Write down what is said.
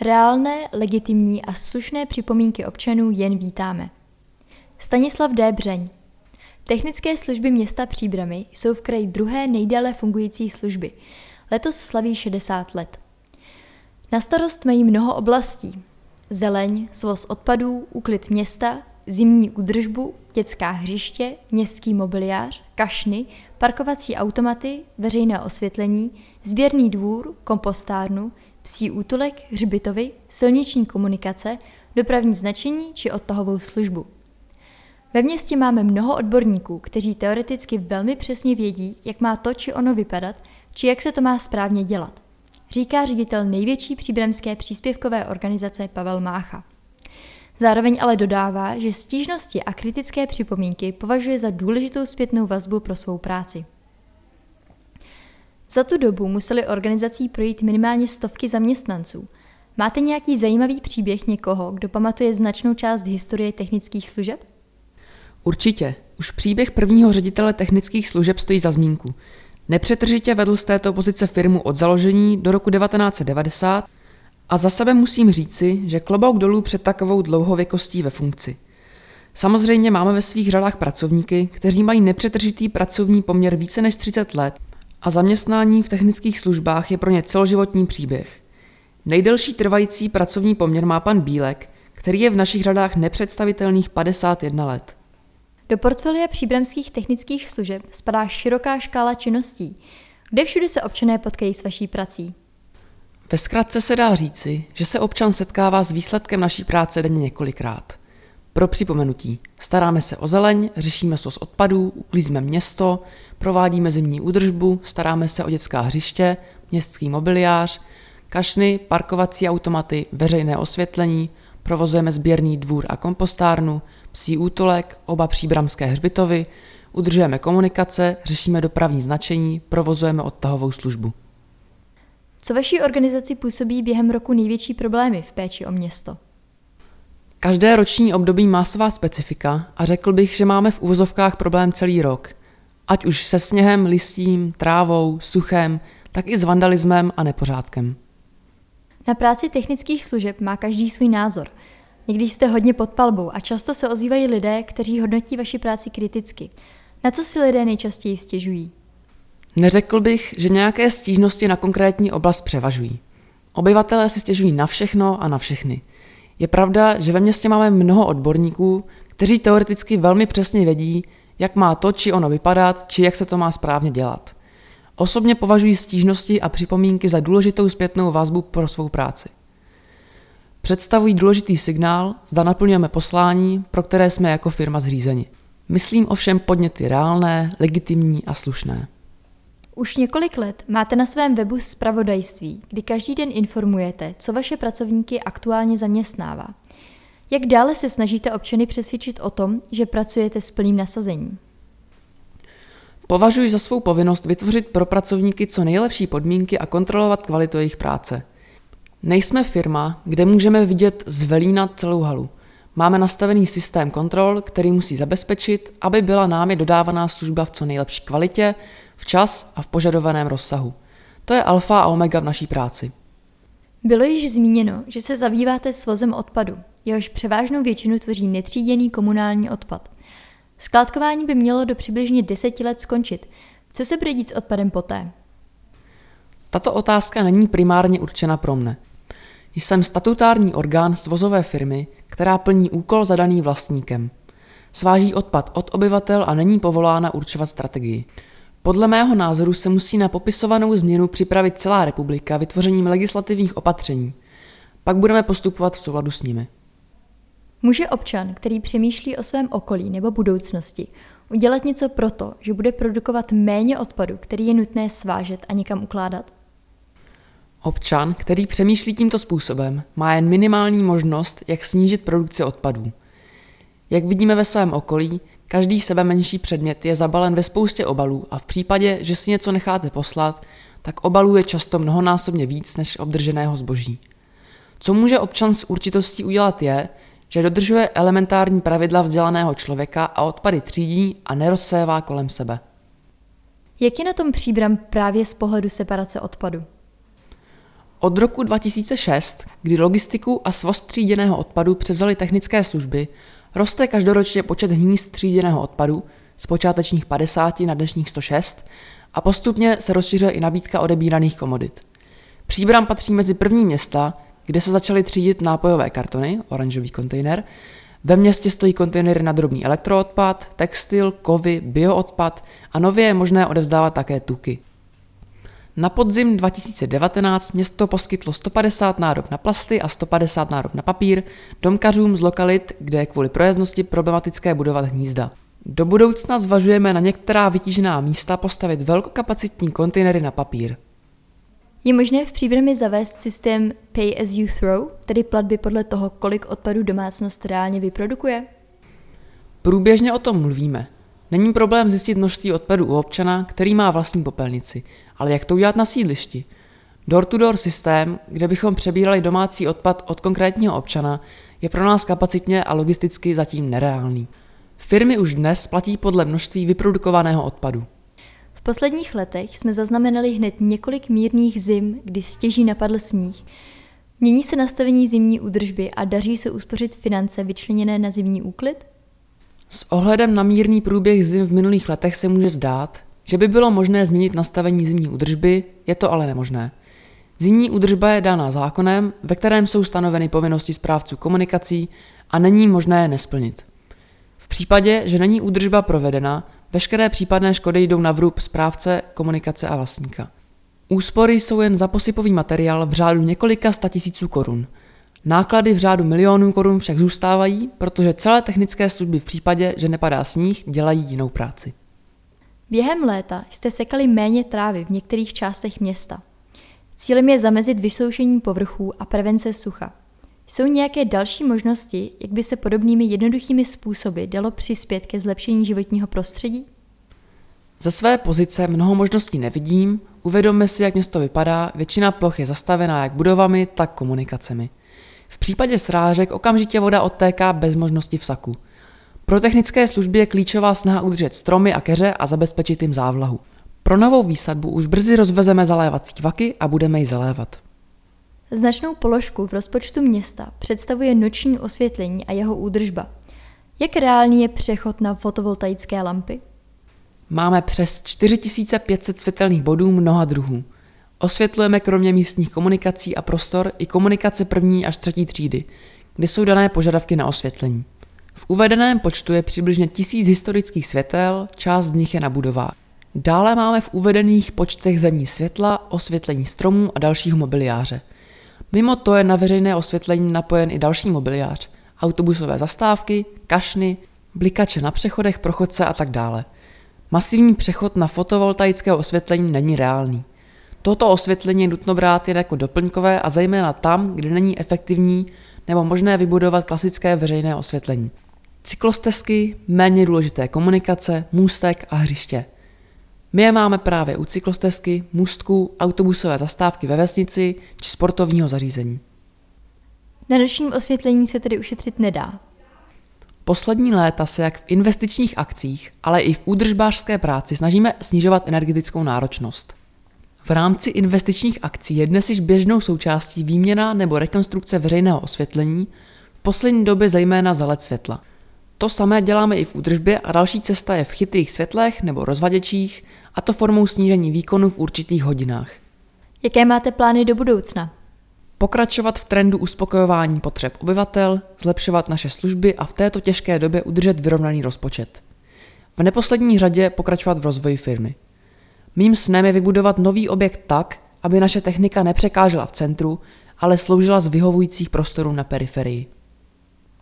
Reálné, legitimní a slušné připomínky občanů jen vítáme. Stanislav D. Břeň. Technické služby města Příbrami jsou v kraji druhé nejdéle fungující služby. Letos slaví 60 let. Na starost mají mnoho oblastí. Zeleň, svoz odpadů, úklid města, zimní údržbu, dětská hřiště, městský mobiliář, kašny, parkovací automaty, veřejné osvětlení, sběrný dvůr, kompostárnu, psí útulek, hřbitovy, silniční komunikace, dopravní značení či odtahovou službu. Ve městě máme mnoho odborníků, kteří teoreticky velmi přesně vědí, jak má to či ono vypadat, či jak se to má správně dělat, říká ředitel největší příbramské příspěvkové organizace Pavel Mácha. Zároveň ale dodává, že stížnosti a kritické připomínky považuje za důležitou zpětnou vazbu pro svou práci. Za tu dobu museli organizací projít minimálně stovky zaměstnanců. Máte nějaký zajímavý příběh někoho, kdo pamatuje značnou část historie technických služeb? Určitě. Už příběh prvního ředitele technických služeb stojí za zmínku. Nepřetržitě vedl z této pozice firmu od založení do roku 1990 a za sebe musím říci, že klobouk dolů před takovou dlouhověkostí ve funkci. Samozřejmě máme ve svých řadách pracovníky, kteří mají nepřetržitý pracovní poměr více než 30 let a zaměstnání v technických službách je pro ně celoživotní příběh. Nejdelší trvající pracovní poměr má pan Bílek, který je v našich řadách nepředstavitelných 51 let. Do portfolia příbramských technických služeb spadá široká škála činností. Kde všude se občané potkají s vaší prací? Ve zkratce se dá říci, že se občan setkává s výsledkem naší práce denně několikrát. Pro připomenutí, staráme se o zeleň, řešíme svoz odpadů, uklízíme město, provádíme zimní údržbu, staráme se o dětská hřiště, městský mobiliář, kašny, parkovací automaty, veřejné osvětlení, provozujeme sběrný dvůr a kompostárnu, psí útulek, oba příbramské hřbitovy, udržujeme komunikace, řešíme dopravní značení, provozujeme odtahovou službu. Co vaší organizaci působí během roku největší problémy v péči o město? Každé roční období má svá specifika a řekl bych, že máme v uvozovkách problém celý rok. Ať už se sněhem, listím, trávou, suchem, tak i s vandalismem a nepořádkem. Na práci technických služeb má každý svůj názor. Někdy jste hodně pod palbou a často se ozývají lidé, kteří hodnotí vaši práci kriticky. Na co si lidé nejčastěji stěžují? Neřekl bych, že nějaké stížnosti na konkrétní oblast převažují. Obyvatelé si stěžují na všechno a na všechny. Je pravda, že ve městě máme mnoho odborníků, kteří teoreticky velmi přesně vědí, jak má to či ono vypadat, či jak se to má správně dělat. Osobně považuji stížnosti a připomínky za důležitou zpětnou vazbu pro svou práci. Představují důležitý signál, zda naplňujeme poslání, pro které jsme jako firma zřízeni. Myslím ovšem podněty reálné, legitimní a slušné. Už několik let máte na svém webu zpravodajství, kdy každý den informujete, co vaše pracovníky aktuálně zaměstnává. Jak dále se snažíte občany přesvědčit o tom, že pracujete s plným nasazením? Považuji za svou povinnost vytvořit pro pracovníky co nejlepší podmínky a kontrolovat kvalitu jejich práce. Nejsme firma, kde můžeme vidět z velína celou halu. Máme nastavený systém kontrol, který musí zabezpečit, aby byla námi dodávaná služba v co nejlepší kvalitě, včas a v požadovaném rozsahu. To je alfa a omega v naší práci. Bylo již zmíněno, že se zabýváte svozem odpadu, jehož převážnou většinu tvoří netříděný komunální odpad. Skládkování by mělo do přibližně 10 let skončit. Co se bude dít s odpadem poté? Tato otázka není primárně určena pro mne. Jsem statutární orgán svozové firmy, která plní úkol zadaný vlastníkem. Sváží odpad od obyvatel a není povolána určovat strategii. Podle mého názoru se musí na popisovanou změnu připravit celá republika vytvořením legislativních opatření. Pak budeme postupovat v souladu s nimi. Může občan, který přemýšlí o svém okolí nebo budoucnosti, udělat něco proto, že bude produkovat méně odpadu, který je nutné svážet a někam ukládat? Občan, který přemýšlí tímto způsobem, má jen minimální možnost, jak snížit produkci odpadů. Jak vidíme ve svém okolí, každý sebemenší předmět je zabalen ve spoustě obalů a v případě, že si něco necháte poslat, tak obalů je často mnohonásobně víc než obdrženého zboží. Co může občan s určitostí udělat je, že dodržuje elementární pravidla vzdělaného člověka a odpady třídí a nerozsévá kolem sebe. Jak je na tom Příbram právě z pohledu separace odpadu? Od roku 2006, kdy logistiku a svoz tříděného odpadu převzaly technické služby, roste každoročně počet hnízd tříděného odpadu z počátečních 50 na dnešních 106 a postupně se rozšiřuje i nabídka odebíraných komodit. Příbram patří mezi první města, kde se začaly třídit nápojové kartony, oranžový kontejner. Ve městě stojí kontejnery na drobný elektroodpad, textil, kovy, bioodpad a nově je možné odevzdávat také tuky. Na podzim 2019 město poskytlo 150 nádob na plasty a 150 nádob na papír domkařům z lokalit, kde je kvůli projezdnosti problematické budovat hnízda. Do budoucna zvažujeme na některá vytížená místa postavit velkokapacitní kontejnery na papír. Je možné v Příbrami zavést systém Pay as you throw, tedy platby podle toho, kolik odpadu domácnost reálně vyprodukuje? Průběžně o tom mluvíme. Není problém zjistit množství odpadu u občana, který má vlastní popelnici, ale jak to udělat na sídlišti? Door-to-door systém, kde bychom přebírali domácí odpad od konkrétního občana, je pro nás kapacitně a logisticky zatím nereálný. Firmy už dnes platí podle množství vyprodukovaného odpadu. V posledních letech jsme zaznamenali hned několik mírných zim, kdy stěží napadl sníh. Mění se nastavení zimní údržby a daří se uspořit finance vyčleněné na zimní úklid? S ohledem na mírný průběh zim v minulých letech se může zdát, že by bylo možné změnit nastavení zimní údržby, je to ale nemožné. Zimní údržba je dána zákonem, ve kterém jsou stanoveny povinnosti správců komunikací a není možné je nesplnit. V případě, že není údržba provedena, veškeré případné škody jdou na vrub správce, komunikace a vlastníka. Úspory jsou jen za posypový materiál v řádu několika statisíců korun. Náklady v řádu milionů korun však zůstávají, protože celé technické služby v případě, že nepadá sníh, dělají jinou práci. Během léta jste sekali méně trávy v některých částech města. Cílem je zamezit vysoušení povrchů a prevence sucha. Jsou nějaké další možnosti, jak by se podobnými jednoduchými způsoby dalo přispět ke zlepšení životního prostředí? Ze své pozice mnoho možností nevidím, uvědomme si, jak město vypadá, většina ploch je zastavená jak budovami, tak komunikacemi. V případě srážek okamžitě voda odtéká bez možnosti vsaku. Pro technické služby je klíčová snaha udržet stromy a keře a zabezpečit jim závlahu. Pro novou výsadbu už brzy rozvezeme zalévací vaky a budeme ji zalévat. Značnou položku v rozpočtu města představuje noční osvětlení a jeho údržba. Jak reálný je přechod na fotovoltaické lampy? Máme přes 4500 světelných bodů mnoha druhů. Osvětlujeme kromě místních komunikací a prostor i komunikace první až třetí třídy, kde jsou dané požadavky na osvětlení. V uvedeném počtu je přibližně 1000 historických světel, část z nich je na budovách. Dále máme v uvedených počtech zemní světla, osvětlení stromů a dalšího mobiliáře. Mimo to je na veřejné osvětlení napojen i další mobiliář, autobusové zastávky, kašny, blikače na přechodech pro chodce a tak dále. Masivní přechod na fotovoltaické osvětlení není reálný. Toto osvětlení je nutno brát jen jako doplňkové a zejména tam, kde není efektivní nebo možné vybudovat klasické veřejné osvětlení. Cyklostezky, méně důležité komunikace, můstek a hřiště. My je máme právě u cyklostezky, můstků, autobusové zastávky ve vesnici či sportovního zařízení. Na nočním osvětlení se tedy ušetřit nedá. Poslední léta se jak v investičních akcích, ale i v údržbářské práci snažíme snižovat energetickou náročnost. V rámci investičních akcí je dnes již běžnou součástí výměna nebo rekonstrukce veřejného osvětlení, v poslední době zejména za LED světla. To samé děláme i v údržbě a další cesta je v chytrých světlech nebo rozvaděčích, a to formou snížení výkonu v určitých hodinách. Jaké máte plány do budoucna? Pokračovat v trendu uspokojování potřeb obyvatel, zlepšovat naše služby a v této těžké době udržet vyrovnaný rozpočet. V neposlední řadě pokračovat v rozvoji firmy. Mým snem je vybudovat nový objekt tak, aby naše technika nepřekážela v centru, ale sloužila z vyhovujících prostorů na periferii.